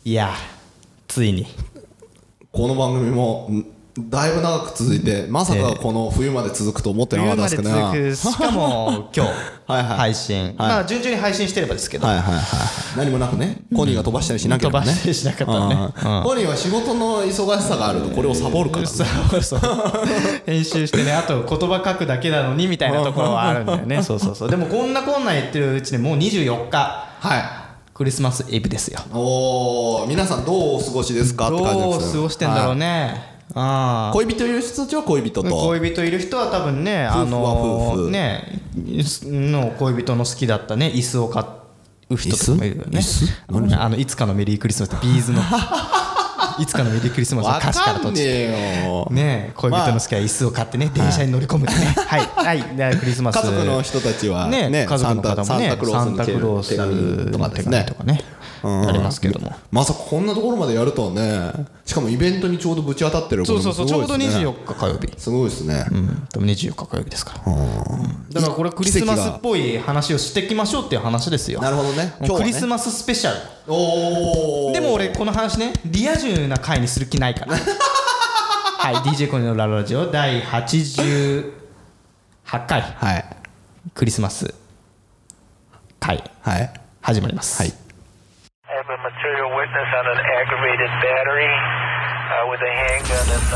いやついにこの番組もだいぶ長く続いて、まさかこの冬まで続くと思ってなかったですけどね。 冬まで続く、しかも今日はい、はい、 配信、まあ順調に配信してればですけど、 はいはいはい、何もなくね、コニーが飛ばしたりしなければね、 飛ばしたりしなかったらね、 コニーは仕事の忙しさがあるとこれをサボるからね。 そう編集してね、あと言葉書くだけなのにみたいなところはあるんだよね。そうそうそう。でもこんな言ってるうちにもう24日、 はい、 クリスマスイブですよ。 おー、皆さんどうお過ごしですかって感じです。 どう過ごしてんだろうね。 はい、恋人いる人たちは恋人と、 恋人いる人は多分ね、 夫婦ねの恋人の好きだったね椅子を買う人とかもいるよね。いつかのメリークリスマスってビーズのいつかのメリークリスマスの歌詞からとってね、恋人の好きは椅子を買ってね、電車に乗り込むってね、はいはいでクリスマス家族の人たちはね、 家族の方もねサンタクロースに手紙とかですね、 やりますけども、 まさかこんなところまでやるとはね。しかもイベントにちょうどぶち当たってることもすごいですね。 そうちょうど24日火曜日、 すごいですね。 多分24日火曜日ですから、だからこれクリスマスっぽい話をしていきましょうっていう話ですよ。 なるほどね。 クリスマススペシャル。でも俺この話ね、リア充な回にする気ないからはい、DJ コニーのララジオ第88回、 はい、 クリスマス回、 はい、 始まります。はい。 Material witness on an aggravated battery with a handgun and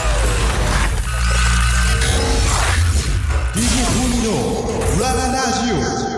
DJ コニーのラララジ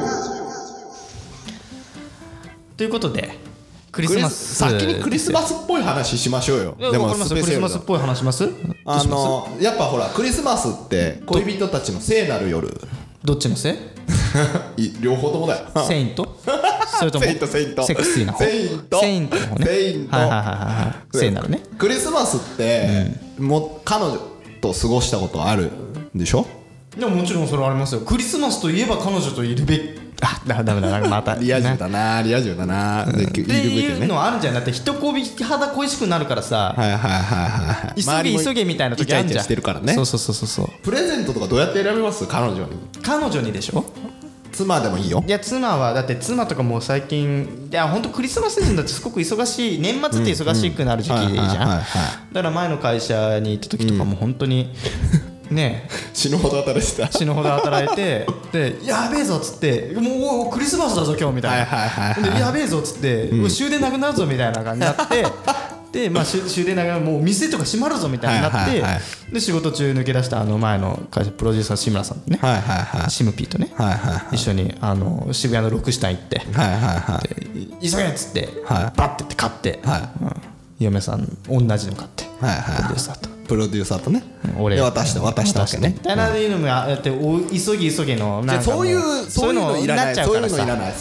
オということでクリスマス先にクリスマスっぽい話しましょうよ。 でもクリスマスっぽい話します？ やっぱほらクリスマスって恋人たちの聖なる夜。 どっちのせい？ 両方ともだよ。 セイント？それともセクシーな方？セイントの方ね。 セイント。 はいはいはいはい。聖なるね。 クリスマスってもう彼女と過ごしたことあるんでしょ？ でももちろんそれはありますよ。クリスマスといえば彼女といるべき。ダメだまたリア充だなっていうのはあるんじゃん。だって人肌恋しくなるからさ、急げみたいな時あるじゃん。 イチャイチャしてるからね。 そうプレゼントとかどうやって選びます？彼女にでしょ？妻でもいいよ。 いや妻はだって妻とかもう最近いや本当クリスマスシーズンだってすごく忙しい、年末って忙しくなる時期じゃん。だから前の会社に行った時とかも本当にね、 死ぬほど働いてでやべえぞっつって、もうクリスマスだぞ今日みたいな、でやべえぞっつって、終電なくなるぞみたいな感じになってで、まあ、終電なくなる、もう店とか閉まるぞみたいになって、で仕事中抜け出した前の会社プロデューサー志村さんとね、シムピーとね、一緒に渋谷の6下行って、急げっつってバッてって買って、嫁さん同じの買って、プロデューサーとね、俺渡したわけね。みたいなのもあって急ぎのなんかそういうのいらない、そういうのいらない。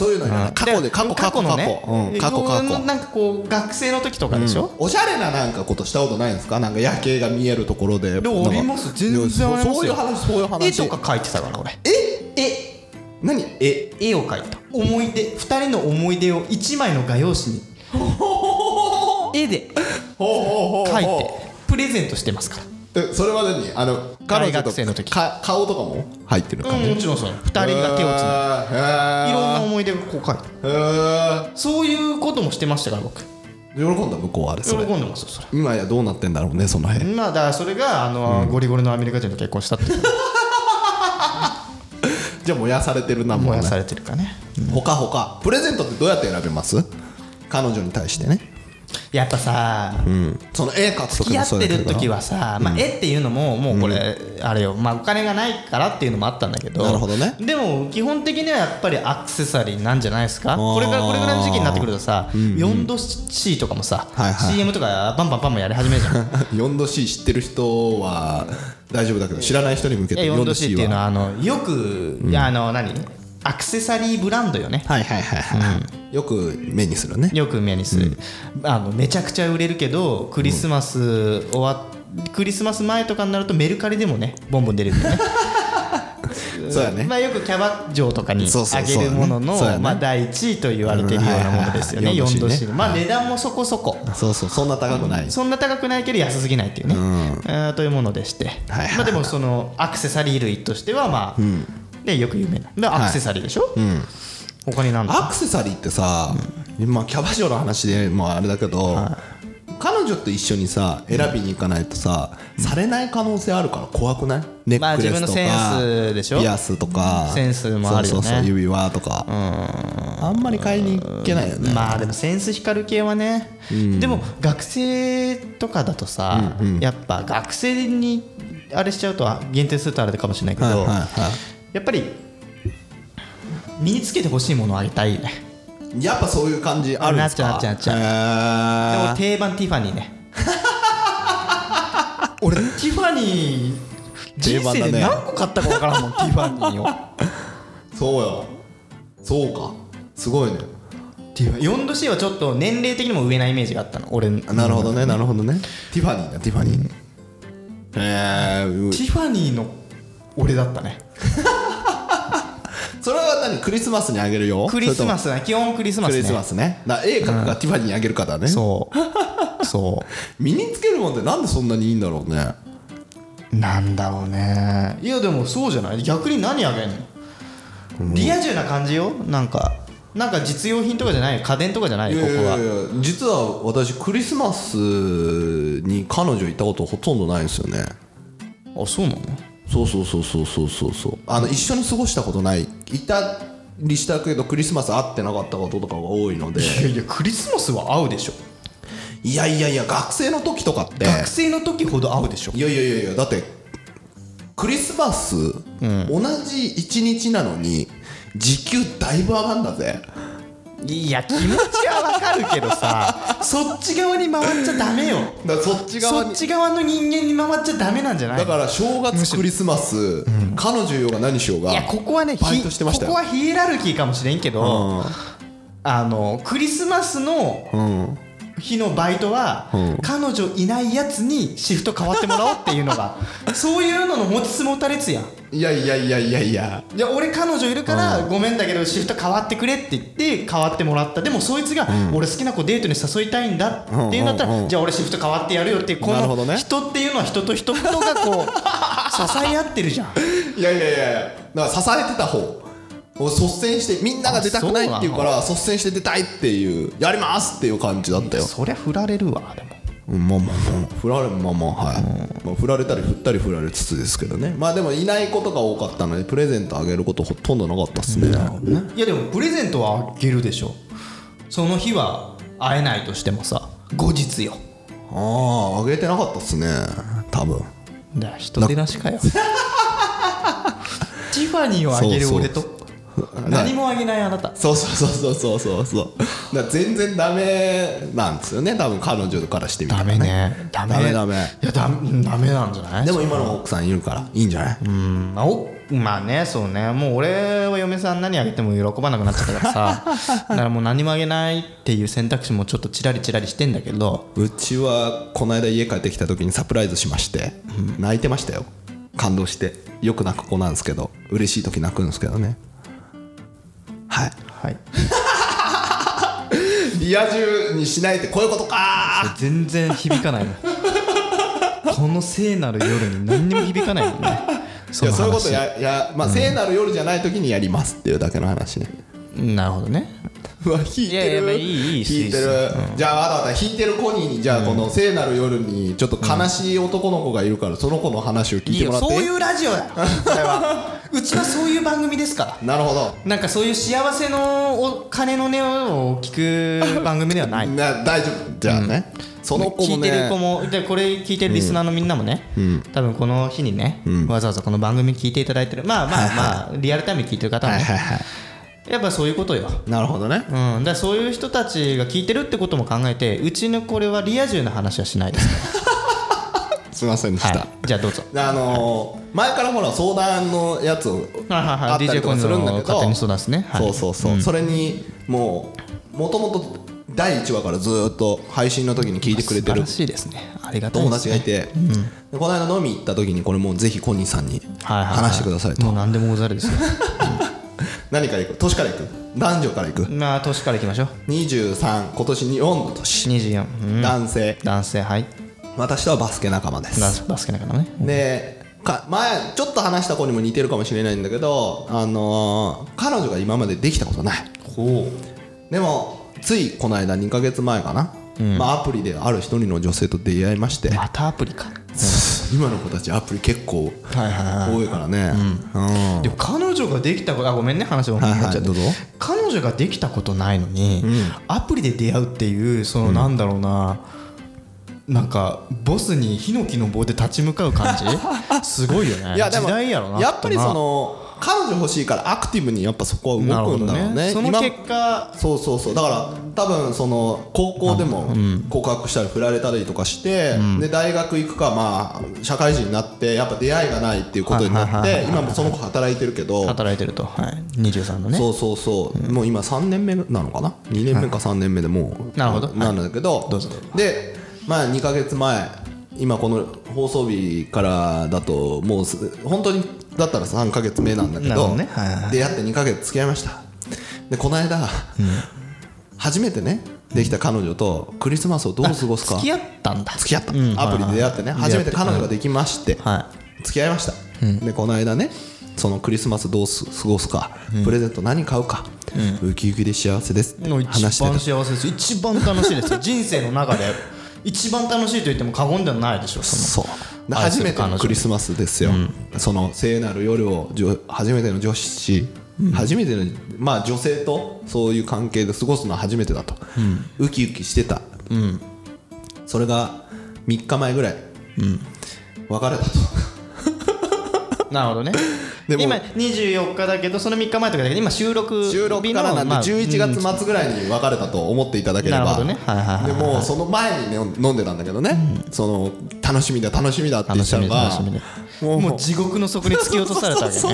過去のね、なんかこう学生の時とかでしょ。おしゃれななんかことしたことないんですか？なんか夜景が見えるところで。 でもあります。全然ありますよ。 そういう話。 絵とか描いてたから俺。 何？ 絵を描いた。思い出、2人の思い出を1枚の画用紙に絵で描いてプレゼントしてますから。 それは大学生の時顔とかも入ってる感じ？ もちろんそう。2人が手をつないでいろんな思い出がこう書いて、そういうこともしてましたから僕。 喜んだ向こうはあれ。 喜んでますよそれ。 今やどうなってんだろうねその辺。 まあだからそれがゴリゴリのアメリカ人と結婚したってじゃあ燃やされてるなもんね。 燃やされてるかね。 他プレゼントってどうやって選べます？彼女に対してね。 やっぱさ、 その絵描くとか付き合ってる時はさ、絵っていうのももうこれあれよ、お金がないからっていうのもあったんだけど、 なるほどね。 でも基本的にはやっぱりアクセサリーなんじゃないですか。これぐらいの時期になってくるとさ、4度 C とかもさ、CM とかバンバンやり始めるじゃん。 4度 C 知ってる人は大丈夫だけど、知らない人に向けて 4度 C っていうのはよくアクセサリーブランドよね。よく目にするね。めちゃくちゃ売れるけどクリスマス前とかになるとメルカリでもねボンボン出るんだよね。 そうやね。 よくキャバ嬢とかにあげるものの第1位と言われているようなものですよね。4度 C。値段もそこそこ。 そんな高くない。 そんな高くないけど安すぎないっていうね、というものでして、でもそのアクセサリー類としてはよく有名なアクセサリーでしょ。他に何だ？ アクセサリーってさ、 まあキャバ嬢の話でもあれだけど、彼女と一緒にさ選びに行かないとさ、されない可能性あるから怖くない？ネックレスとか、 自分のセンスでしょ、 ピアスとかセンスもあるよね。 そう指輪とか、あんまり買いに行けないよね。 まあでもセンス光る系はね、でも学生とかだとさ、やっぱ学生にあれしちゃうと限定するとあれかもしれないけど、やっぱり身につけてほしいものをあげたいよね。 やっぱそういう感じあるんですか？ なっちゃう。でも定番ティファニーね。俺ティファニー人生で何個買ったか分からんもん、ティファニーを。 そうよ、そうか、すごいね。 4度 C はちょっと年齢的にも上なイメージがあったの俺。 なるほどね、なるほどね。ティファニーだ、ティファニー。 ティファニーの俺だったね。 それは何？クリスマスにあげるよ。 クリスマスね、基本クリスマスね。 クリスマスね。だ A 格がティファニーにあげるからね。 そう身につけるもんってなんでそんなにいいんだろうね。 なんだろうね。いやでもそうじゃない、逆に何あげんの？リア充な感じよ。なんか実用品とかじゃない、家電とかじゃない、ここは。 いや実は私クリスマスに彼女行ったことほとんどないんですよね。 あ、そうなの？ そう一緒に過ごしたことない、いたりしたけどクリスマス会ってなかったこととかが多いので。 いやクリスマスは会うでしょ。 いや学生の時とかって、 学生の時ほど会うでしょ。 いやだってクリスマス、同じ1日なのに時給だいぶ上がんだぜ。 いや気持ちはわかるけどさ、そっち側に回っちゃダメよ。 だからそっち側の人間に回っちゃダメなんじゃない？ だから正月クリスマス、彼女ようが何しようが、 いやここはね、 バイトしてましたよ。 ここはヒエラルキーかもしれんけど、クリスマスの日のバイトは、彼女いないやつにシフト変わってもらおうっていうのがそういうのの持ちつ持たれつやん。 いやじゃあ俺彼女いるからごめんだけどシフト変わってくれって言って変わってもらった。でもそいつが俺好きな子デートに誘いたいんだっていうんだったら、じゃあ俺シフト変わってやるよっていう、この人っていうのは人と人とがこう支え合ってるじゃん。 いやだから支えてた方、率先してみんなが出たくないっていうから率先して出たいっていう、やりますっていう感じだったよ。 そりゃ振られるわ。でもまあ振られ振られたり振ったり振られつつですけどね。まあでもいないことが多かったのでプレゼントあげることほとんどなかったっすね。 いやでもプレゼントはあげるでしょ。その日は会えないとしてもさ、後日よ。 あげてなかったっすね多分。 だから人手なしかよ。ティファニーをあげる俺と何もあげないあなた。 そうだから全然ダメなんですよね多分彼女からしてみたらね。ダメ。いやダメなんじゃない？ でも今の奥さんいるからいいんじゃない？ まあね、そうね。もう俺は嫁さん何あげても喜ばなくなっちゃったからさだからもう何もあげないっていう選択肢もちょっとチラリしてんだけど、 うちはこの間家帰ってきた時にサプライズしまして、泣いてましたよ。感動して。よく泣く子なんですけど、嬉しい時泣くんですけどね。はいリア充にしないってこういうことか。 全然響かないもんこの聖なる夜に何にも響かないもんね。 いやそういうことまあ聖なる夜じゃない時にやりますっていうだけの話ね。 なるほどね。 うわ引いてる。引いてる。じゃあまだ引いてる子に、じゃあこの聖なる夜にちょっと悲しい男の子がいるからその子の話を聞いてもらって。 そういうラジオだそれはうちはそういう番組ですから。 なるほど。 なんかそういう幸せのお金の音を聞く番組ではない。 大丈夫じゃあね、その子もね、 聞いてる子もで、これ聞いてるリスナーのみんなもね、多分この日にね、わざわざこの番組聞いていただいてる、まあリアルタイムに聞いてる方はね、やっぱそういうことよ。 なるほどね。 だからそういう人たちが聞いてるってことも考えて、うちのこれはリア充な話はしないですねすいませんでした、 じゃあどうぞ。 前からほら相談のやつをあったりとかするんだけど、 勝手に相談ですね。 そう、それにもともと第1話からずっと配信の時に聞いてくれてる素晴らしいですね。ありがたいですね。 友達がいて、でこの間飲み行った時にこれもうぜひコニーさんに話してくださいと。 もう何でもござるですよ何からいく？年からいく？男女からいく？ まあ年からいきましょう。 23、今年4の年。 24、 男性。はい。私とはバスケ仲間です。 バスケ仲間ね。 で前ちょっと話した子にも似てるかもしれないんだけど、彼女が今までできたことない。でもついこの間2ヶ月前かな、アプリである一人の女性と出会いまして。 またアプリか。 今の子たちアプリ結構多いからね。 でも彼女ができたこと、ごめんね話を戻っちゃって、彼女ができたことないのにアプリで出会うっていう、そのなんだろうな、なんかボスにヒノキの棒で立ち向かう感じすごいよね。 いやでも時代やろな。 やっぱりその彼女欲しいからアクティブにやっぱそこは動くんだろうね。 その結果、 そうだから多分その高校でも告白したり振られたりとかして、で大学行くかまあ社会人になってやっぱ出会いがないっていうことになって、今もその子働いてるけど、 働いてると、23のね。 そうもう今3年目なのかな、2年目か3年目でもうなんだけど、でまあ2ヶ月前、今この放送日からだともう本当にだったら3ヶ月目なんだけど、出会って2ヶ月付き合いました。でこの間初めてねできた彼女とクリスマスをどう過ごすか。 付き合ったんだ。 付き合った、アプリで出会ってね、初めて彼女ができまして付き合いました。でこの間ね、そのクリスマスどう過ごすか、プレゼント何買うか、ウキウキで幸せですって話してた。 一番幸せです。一番楽しいですよ人生の中で一番楽しいと言っても過言ではないでしょ。 そう初めてのクリスマスですよ、その聖なる夜を初めての女子、初めての、まあ、女性とそういう関係で過ごすのは初めてだと、ウキウキしてた、それが3日前ぐらい、別れたとなるほどね。今24日だけど、その3日前とかだけど、今収録からなんで11月末ぐらいに別れたと思っていただければ。 なるほどね。 でもその前にね飲んでたんだけどね、その楽しみだって言ったのがもう地獄の底に突き落とされたわけね。 そう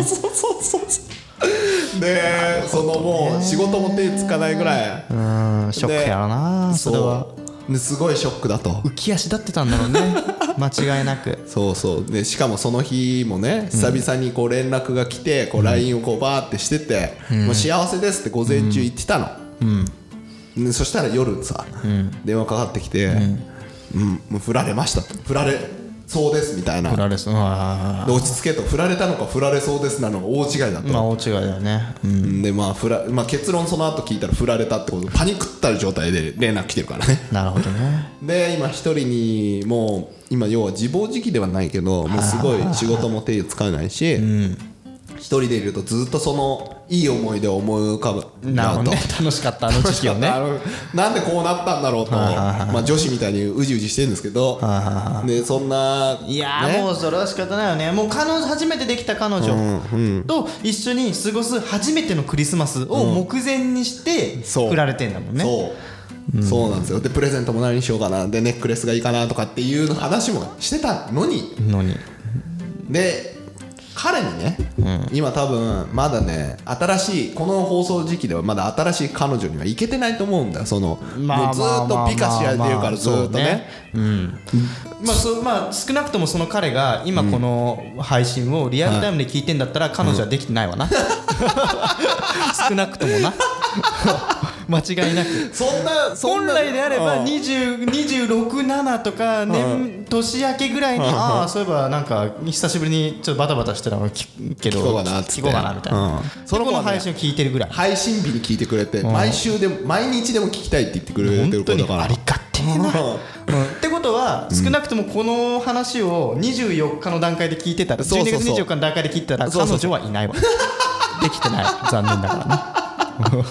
でそのもう仕事も手つかないぐらいショックやろなそれは。 すごいショックだと。 浮き足立ってたんだろうね間違いなく。 そうでしかもその日もね、久々にこう連絡が来て、こう LINE をこうバーってしてて、もう幸せですって午前中言ってたの、そしたら夜さ、電話かかってきて、もう振られましたと、振られそうですみたいな。 振られそう、 落ち着けと、振られたのか振られそうですなのが大違いだと。 まあ大違いだよね、 でまあ結論その後聞いたら振られたってこと、パニックったる状態で連絡来てるからね。 なるほどね。 で今一人にもう今要は自暴自棄ではないけど、もうすごい仕事も手つかないし、一人でいるとずっとそのいい思い出を思い浮かぶなるほどね。楽しかったあの時期をねなんでこうなったんだろうと、まあ女子みたいにうじうじしてるんですけど、でそんな、 いやもうそれは仕方ないよね。もう初めてできた彼女と一緒に過ごす初めてのクリスマスを目前にして振られてんだもんね。 そうなんですよ。でプレゼントも何にしようかな、でネックレスがいいかなとかっていう話もしてたのにで彼にね、今多分まだね、新しいこの放送時期ではまだ新しい彼女には行けてないと思うんだよ。そのもうずっと美化し合えてるから、ずっとね。 まあ少なくともその彼が今この配信をリアルタイムで聞いてんだったら彼女はできてないわな少なくともな間違いなく。本来であれば26、7とか年明けぐらいに、ああそういえばなんか久しぶりにちょっとバタバタしてたのけど聞こうかなみたいな、その子の配信を聞いてるぐらい、 配信日に聞いてくれて、毎日でも聞きたいって言ってくれてる子だから、 ありがてえなってことは少なくともこの話を24日の段階で聞いてたら、12月24日の段階で聞いてたら彼女はいないわできてない、残念だからね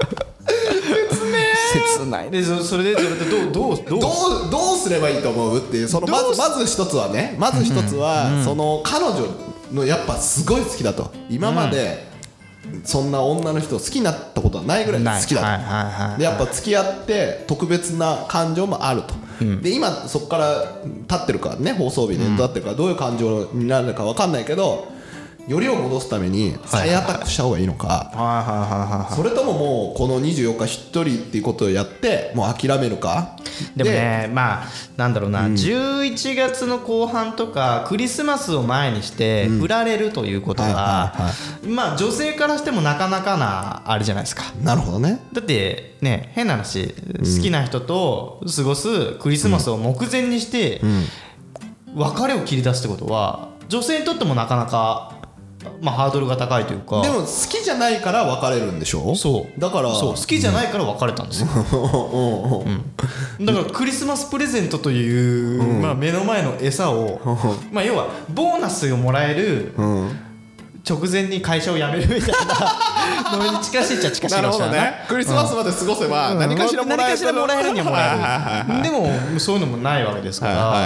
切ないで、それでどうすればいいと思うっていう、そのまず一つはね、その彼女のやっぱすごい好きだと、今までそんな女の人を好きになったことはないぐらい好きだと、でやっぱ付き合って特別な感情もあると、で今そこから経ってるからね、放送日で経ってるからどういう感情になるか分かんないけど、よりを戻すために再アタックした方がいいのか、それとももうこの24日一人っていうことをやってもう諦めるか。 でもね、まあなんだろうな、11月の後半とかクリスマスを前にして振られるということは、まあ女性からしてもなかなかなあれじゃないですか。 なるほどね。 だってね、変な話、好きな人と過ごすクリスマスを目前にして別れを切り出すってことは、女性にとってもなかなかまあハードルが高いというか。 でも好きじゃないから別れるんでしょ。 そうだからそう好きじゃないから別れたんですよ、だからクリスマスプレゼントという、まあ、目の前の餌を、まあ、要はボーナスをもらえる直前に会社を辞めるみたいなのに近しいっちゃ近しいかもしれない。 なるほどね。クリスマスまで過ごせば何かしらもらえる、 何かしらもらえるにはもらえる。でもそういうのもないわけですから、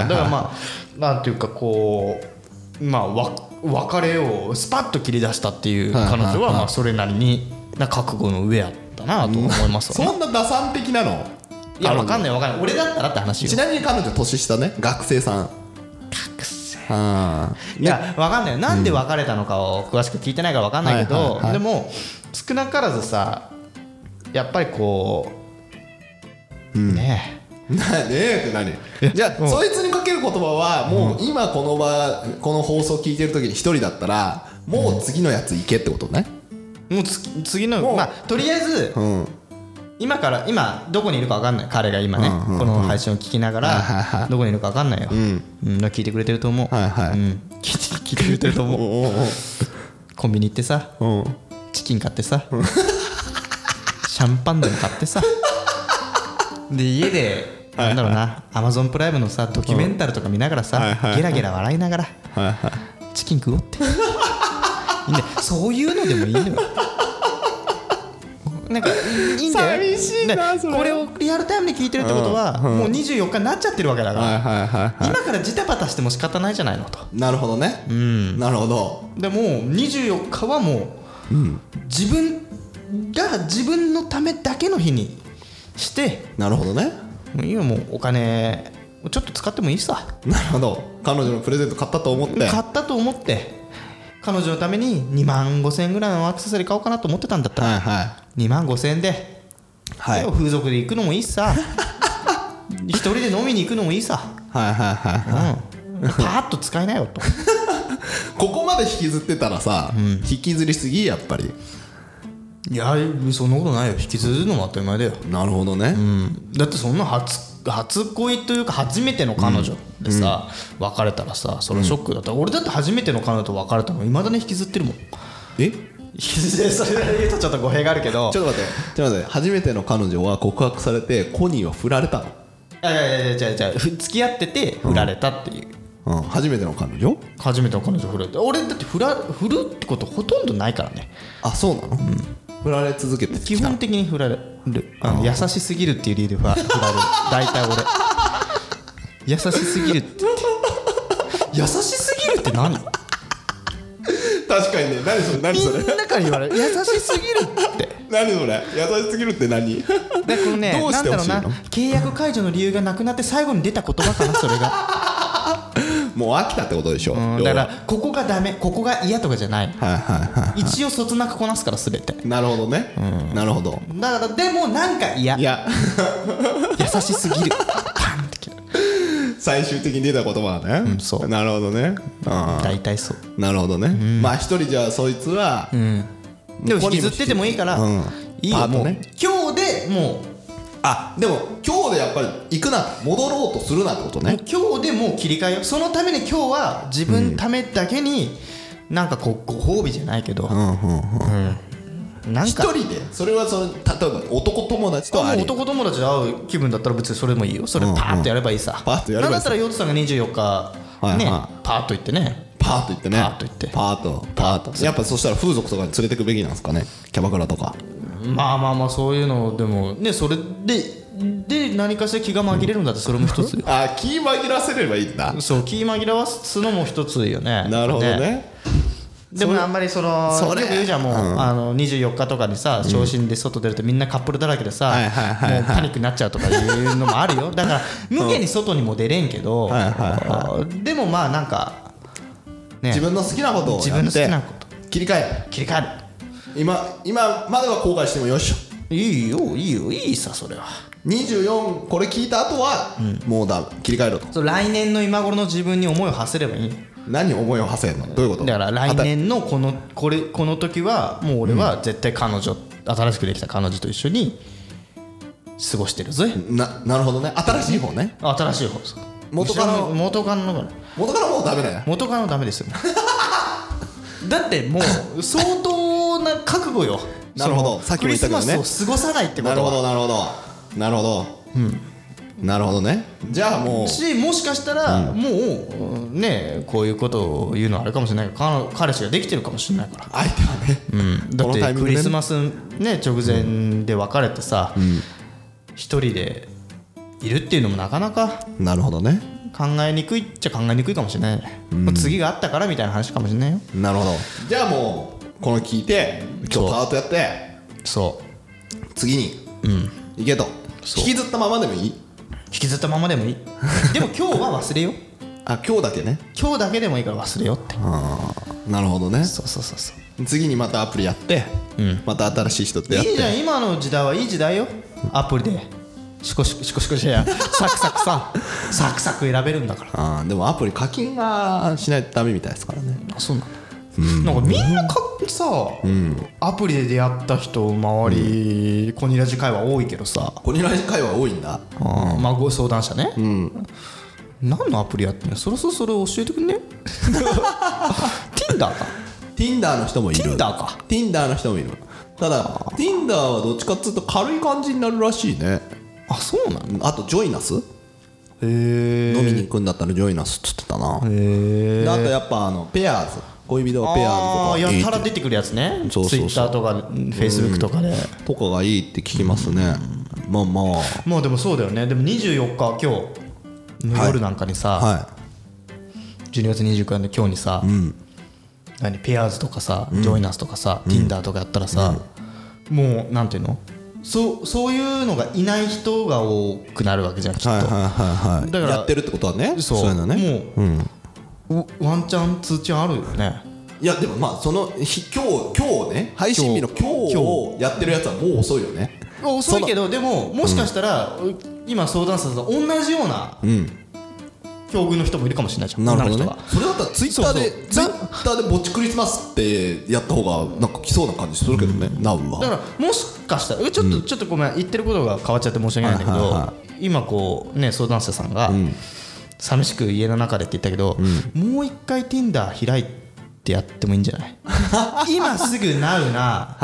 だからまあなんていうかこう、まあ別れをスパッと切り出したっていう彼女はまあそれなりにな覚悟の上やったなと思いますわね。 そんな打算的なの？ いや分かんない分かんない。俺だったらって話よ。 ちなみに彼女年下ね、学生さん。 いや分かんないよ。なんで別れたのかを詳しく聞いてないから分かんないけど、でも少なからずさ、やっぱりこうねえって何？じゃあそいつにかける言葉はもう今この放送聞いてる時に一人だったらもう次のやつ行けってことね。 もう次のまあとりあえず今どこにいるか分かんない。彼が今ねこの配信を聞きながらどこにいるか分かんないよ。聞いてくれてると思う。聞いてくれてると思う。コンビニ行ってさチキン買ってさシャンパンでも買ってさで家でなんだろうなAmazonプライムのさドキュメンタルとか見ながらさゲラゲラ笑いながらチキン食おうっていいね。そういうのでもいいのよ。なんかいいんだよ。 寂しいなそれ。 これをリアルタイムで聞いてるってことはもう24日になっちゃってるわけだから今からジタバタしても仕方ないじゃないのと。 なるほどね。なるほど。 でも24日はもう自分が自分のためだけの日にして。 なるほどね。 今もうお金ちょっと使ってもいいさ。 なるほど。彼女のプレゼント買ったと思って彼女のために2万5千円ぐらいのアクセサリー買おうかなと思ってたんだったら、2万5千円で、風俗で行くのもいいさ一人で飲みに行くのもいいさ。パーッと使いなよとここまで引きずってたらさ、引きずりすぎやっぱり。 いやそんなことないよ。引きずるのも当たり前だよ。 なるほどね。 だってそんな初恋というか初めての彼女でさ、別れたらさそれはショックだった。俺だって初めての彼女と別れたのいまだに引きずってるもん。 え？ 引きずってそれで言うとちょっと語弊があるけど。 ちょっと待って初めての彼女は告白されてコニーは振られたの？ いや付き合ってて振られたっていう、 初めての彼女？ 初めての彼女振られた。俺だって振るってことほとんどないからね。 あ、そうなの？振られ続けて基本的に振られる。優しすぎるっていう理由で振られる。大体俺優しすぎるって優しすぎるって何？ 確かにね。何それみんなから言われる。優しすぎるって何それ？優しすぎるって何？ でこのね、 どうしてほしいの？ なんだろうな、契約解除の理由がなくなって最後に出た言葉かなそれがもう飽きたってことでしょ。 だからここがダメここが嫌とかじゃない、一応そつなくこなすから全て。 なるほどね、なるほど。 だからでもなんか嫌優しすぎるパンって切る最終的に出た言葉はね、 そうなるほどね。 大体そう。 なるほどね、まあ一人じゃあそいつは、 でも引きずっててもいいから、いいよもう今日でもうでも今日でやっぱり行くな戻ろうとするなってことね。 もう今日でもう切り替えよう。そのために今日は自分のためだけになんかこうご褒美じゃないけどなんか一人でそれは例えば男友達と男友達で会う気分だったら別にそれもいいよ。それパーッとやればいいさ。なんだったらヨットさんが24日ねパーッと行ってねパーッと行ってねパーッとやっぱそしたら風俗とかに連れてくべきなんですかね。キャバクラとか。 まあそういうのでもねそれで何かしら気が紛れるんだってそれも一つよ気紛らせればいいんだ。 そう気紛らわすのも一つよね。 なるほどね。 でもあんまりよく言うじゃんもう24日とかにさ昇進で外出るとみんなカップルだらけでさもうパニックになっちゃうとかいうのもあるよ。だから無限に外にも出れんけどでもまあなんか自分の好きなことをやって切り替える。今までは後悔してもよしょ。 いいさそれは。 24これ聞いた後はもう切り替えろと。 来年の今頃の自分に思いを馳せればいい。 何思いを馳せるの？どういうこと？ だから来年のこの時はもう俺は絶対新しくできた彼女と一緒に過ごしてるぜ。 なるほどね。新しい方ね。 新しい方です。元カノもうダメだよ。元カノダメですよだってもう相当な覚悟よなるほど、さっきも言ったけどね、 クリスマスを過ごさないってことは。 なるほどなるほどなるほど、なるほどね。じゃあもうもしかしたらもうねこういうことを言うのはあれかもしれないけど、彼氏ができてるかもしれないから。 相手はね、 だってクリスマスね直前で別れてさ、一人でいるっていうのもなかなかなるほどね、 考えにくいっちゃ考えにくいかもしれないね、次があったからみたいな話かもしれないよ。 なるほど。じゃあもうこの聞いて今日パートやって、 そう次に行けと、引きずったままでもいい？ 引きずったままでもいいでも今日は忘れよう。 あ、今日だけね。 今日だけでもいいから忘れようって。 なるほどね。 そうそうそうそう。 次にまたアプリやって、また新しい人とやって。 いいじゃん、今の時代はいい時代よ。アプリでシコシコじゃやサクサクさサクサク選べるんだから。 でもアプリ課金がしないとダメみたいですからね。 あ、そうなんだ。なんかみんなさ、アプリで出会った人周り、コニラジ会話多いけどさ。 コニラジ会話多いんだ。 まあご相談者ね。何のアプリやってんの？そろそろそれ教えてくんね。Tinder か。 Tinder の人もいる。 Tinder か。 Tinder の人もいる。ただ Tinder はどっちかっつうと軽い感じになるらしいね。 あ、そうなの？ あとジョイナス。飲みに行くんだったらジョイナスっつってたな。であとやっぱペアーズ。恋人はペアーズとかやったら出てくるやつね。 そうそうそう Twitter とか Facebook とかでとかがいいって聞きますね。まあでもそうだよね。でも24日今日の夜なんかにさ、12月24日の今日にさ、ペアーズとかさ、ジョイナスとかさ、Tinder とかやったらさ、もうなんていうの、そういうのがいない人が多くなるわけじゃん、きっと。だからやってるってことはね。 そういうのね。 もうワンチャン通知あるよね。 いやでもまあその今日ね、配信日の今日をやってるやつはもう遅いよね。 遅いけど、でももしかしたら今相談者と同じような境遇の人もいるかもしれないじゃん。 なるほどね。それだったらツイッターでぼっちクリスマスってやった方がなんか来そうな感じするけどね。ナウはだからもしかしたらちょっとごめん、言ってることが変わっちゃって申し訳ないんだけど、今こうね相談者さんが寂しく家の中でって言ったけど、もう一回 Tinder 開いてやってもいいんじゃない？今すぐ Now な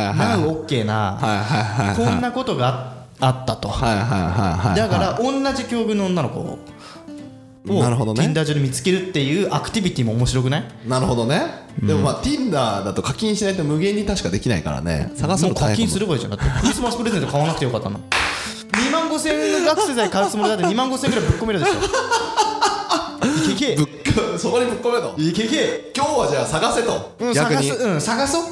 Now OK なこんなことがあったと。だから同じ境遇の女の子をTinder 上で見つけるっていうアクティビティも面白くない？ なるほどね。でもまあ Tinder だと課金しないと無限に確かできないからね。探すの大変。 課金すればいいじゃん。だってクリスマスプレゼント買わなくてよかったの。2万5,000円の学生代買うつもりだって2万5,000円ぐらいぶっ込めるでしょ。いけそこにぶっ込めと。 いけ今日はじゃあ探せと。逆に探そう。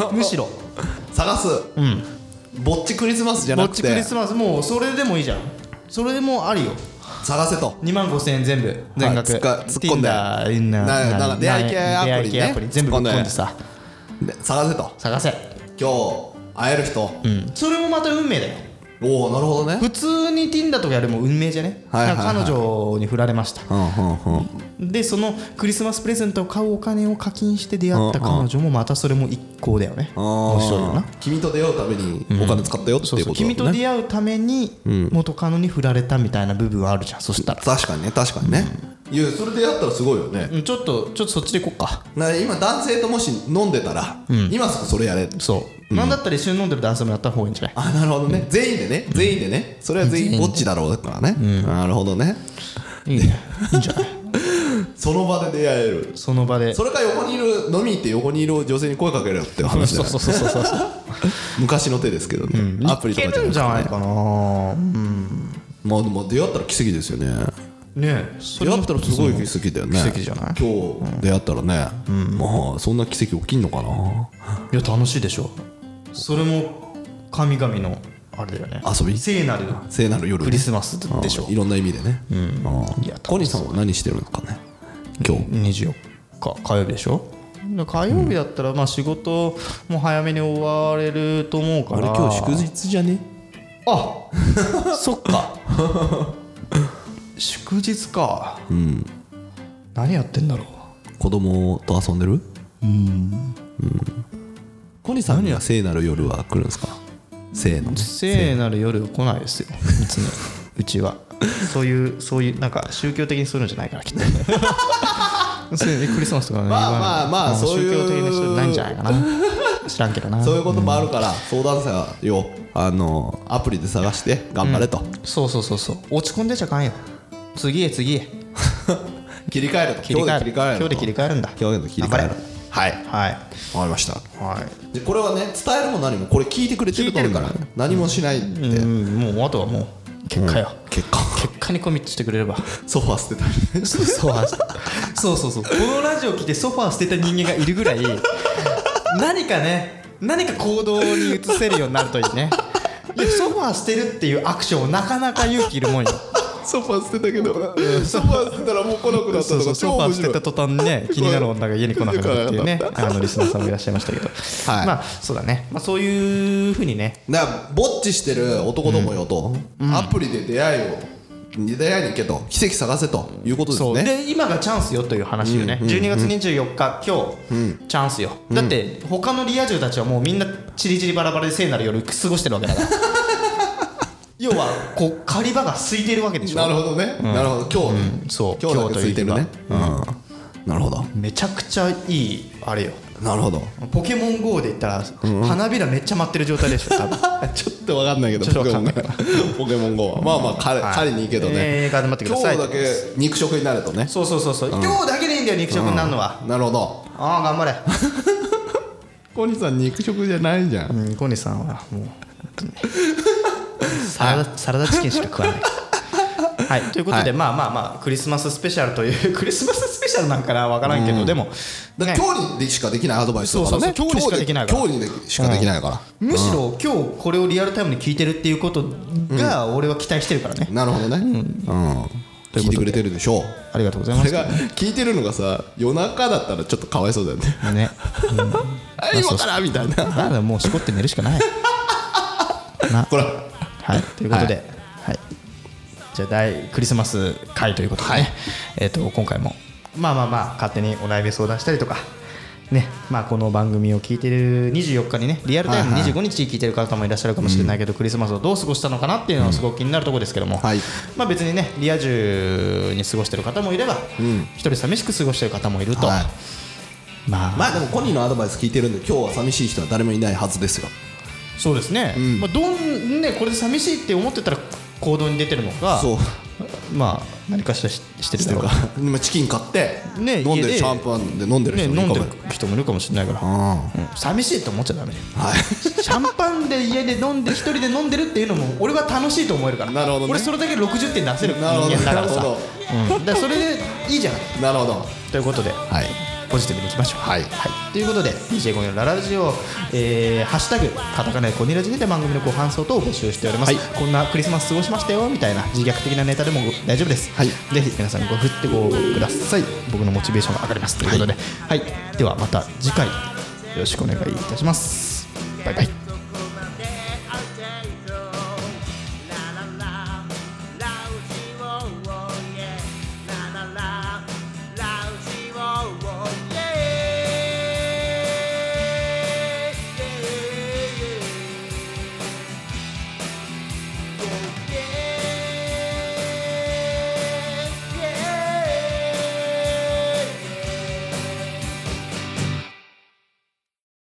むしろ探す。ぼっちクリスマスじゃなくて。 ぼっちクリスマスもうそれでもいいじゃん。それでもあるよ。 探せと。 2万5,000円全部全額突っ込んで。なんか出会い系アプリね。 全部ぶっ込んでさ。 探せと。 探せ。 今日会える人。 それもまた運命だよ。 おお、なるほどね。 普通に Tinder とかやるも運命じゃね。彼女に振られました。でそのクリスマスプレゼントを買うお金を課金して出会った彼女もまたそれも一行だよね。面白いよな。 君と出会うためにお金使ったよっていうことだね。 君と出会うために元カノに振られたみたいな部分はあるじゃん。そしたら確かにね。いやそれでやったらすごいよね。 ちょっとそっちでいこっか。 今男性ともし飲んでたら今すぐそれやれ。 そうなんだったら一緒に飲んでる男性もやった方がいいんじゃない？ あ、なるほどね。全員でね。それは全員ぼっちだろうだからね。なるほどね。 いいね。いいんじゃない？ その場で出会える。 その場で。 それか横にいる飲みに行って横にいる女性に声かけるよって話だよ。そう昔の手ですけどね。アプリとかいけるんじゃないかな。 まあでも出会ったら奇跡ですよね。 ね、 出会ったらすごい奇跡だよね。 奇跡じゃない？ 今日出会ったらね、まあそんな奇跡起きんのかな。 いや楽しいでしょ。それも神々のあれだよね。 遊び。 聖なる夜クリスマスでしょ。 いろんな意味でね。コニーさんは何してるのかね。今日 24日火曜日でしょ。火曜日だったらまあ仕事も早めに終われると思うから。 あれ今日祝日じゃね？ あそっか。祝日か。何やってんだろう。 子供と遊んでる？コニーさんには聖なる夜は来るんですか？ 聖なる夜来ないですよ。別にうちはそういうなんか宗教的にするんじゃないからきっと。 そういうねクリスマスとかねまあそういう宗教的な人ないんじゃないかな知らんけどなそういうこともあるから相談者よアプリで探して頑張れと、 そう落ち込んでちゃあかんよ次へ切り替えると今日で切り替えるんだ今日で切り替えるはいわかりましたでこれはね伝えるも何もこれ聞いてくれてるから何もしないってもうあとはもう結果よ結果にコミットしてくれればソファー捨てたりねそうこのラジオ聞いてソファー捨てた人間がいるぐらい何か行動に移せるようになるといいねいやソファー捨てるっていうアクションをなかなか勇気いるもんよソファー捨てたけどソファー捨てたらもう来なくなったとかソファー捨てた途端にね気になる女が家に来なくなるっていうねリスナーさんもいらっしゃいましたけどまあそうだねそういうふうにねだからぼっちしてる男どもよとアプリで出会いに行けと奇跡探せということですねで今がチャンスよという話よね12月24日今日チャンスよだって他のリア充たちはもうみんなチリチリバラバラで聖なる夜過ごしてるわけだから要はこう狩り場が空いてるわけでしょなるほどねなるほど今日そう今日だけ空いてるねなるほどめちゃくちゃいいあれよなるほどポケモン GO で言ったら花びらめっちゃ舞ってる状態でしょ多分ちょっと分かんないけどポケモン GO はまあ狩りに行けどね頑張ってください今日だけ肉食になるとねそう今日だけでいいんだよ肉食になるのはなるほど頑張れコニさん肉食じゃないじゃんコニさんはもうサラダチキンしか食わないはいということでまあクリスマススペシャルというクリスマススペシャルなんかな分からんけどでも今日にしかできないアドバイスだからね今日にしかできないから今日にしかできないからむしろ今日これをリアルタイムに聞いてるっていうことが俺は期待してるからねなるほどね聞いてくれてるでしょうありがとうございますこれが聞いてるのがさ夜中だったらちょっとかわいそうだよね今からみたいなもうしこって寝るしかないほらはいということでじゃあクリスマス会ということでね今回もまあ勝手にお悩み相談したりとかねこの番組を聞いてる24日にねリアルタイム25日聞いてる方もいらっしゃるかもしれないけどクリスマスをどう過ごしたのかなっていうのはすごく気になるところですけども別にねリア充に過ごしてる方もいれば一人寂しく過ごしてる方もいるとまあでもコニーのアドバイス聞いてるんで今日は寂しい人は誰もいないはずですよそうですねこれで寂しいって思ってたら行動に出てるのか何かしらしてるだろうか今チキン買って飲んでるシャンパンで飲んでる人もいるかもしれないから寂しいと思っちゃダメシャンパンで家で飲んで一人で飲んでるっていうのも俺は楽しいと思えるから俺それだけ60点出せる人間だからさそれでいいじゃんなるほどということでポジティブにいきましょうということで DJ コニのララジオハッシュタグカタカナでコニラジで番組のご感想等を募集しておりますこんなクリスマス過ごしましたよみたいな自虐的なネタでも大丈夫ですぜひ皆さんご振ってご応募ください僕のモチベーションが上がりますということでではまた次回よろしくお願いいたしますバイバイ Yeah.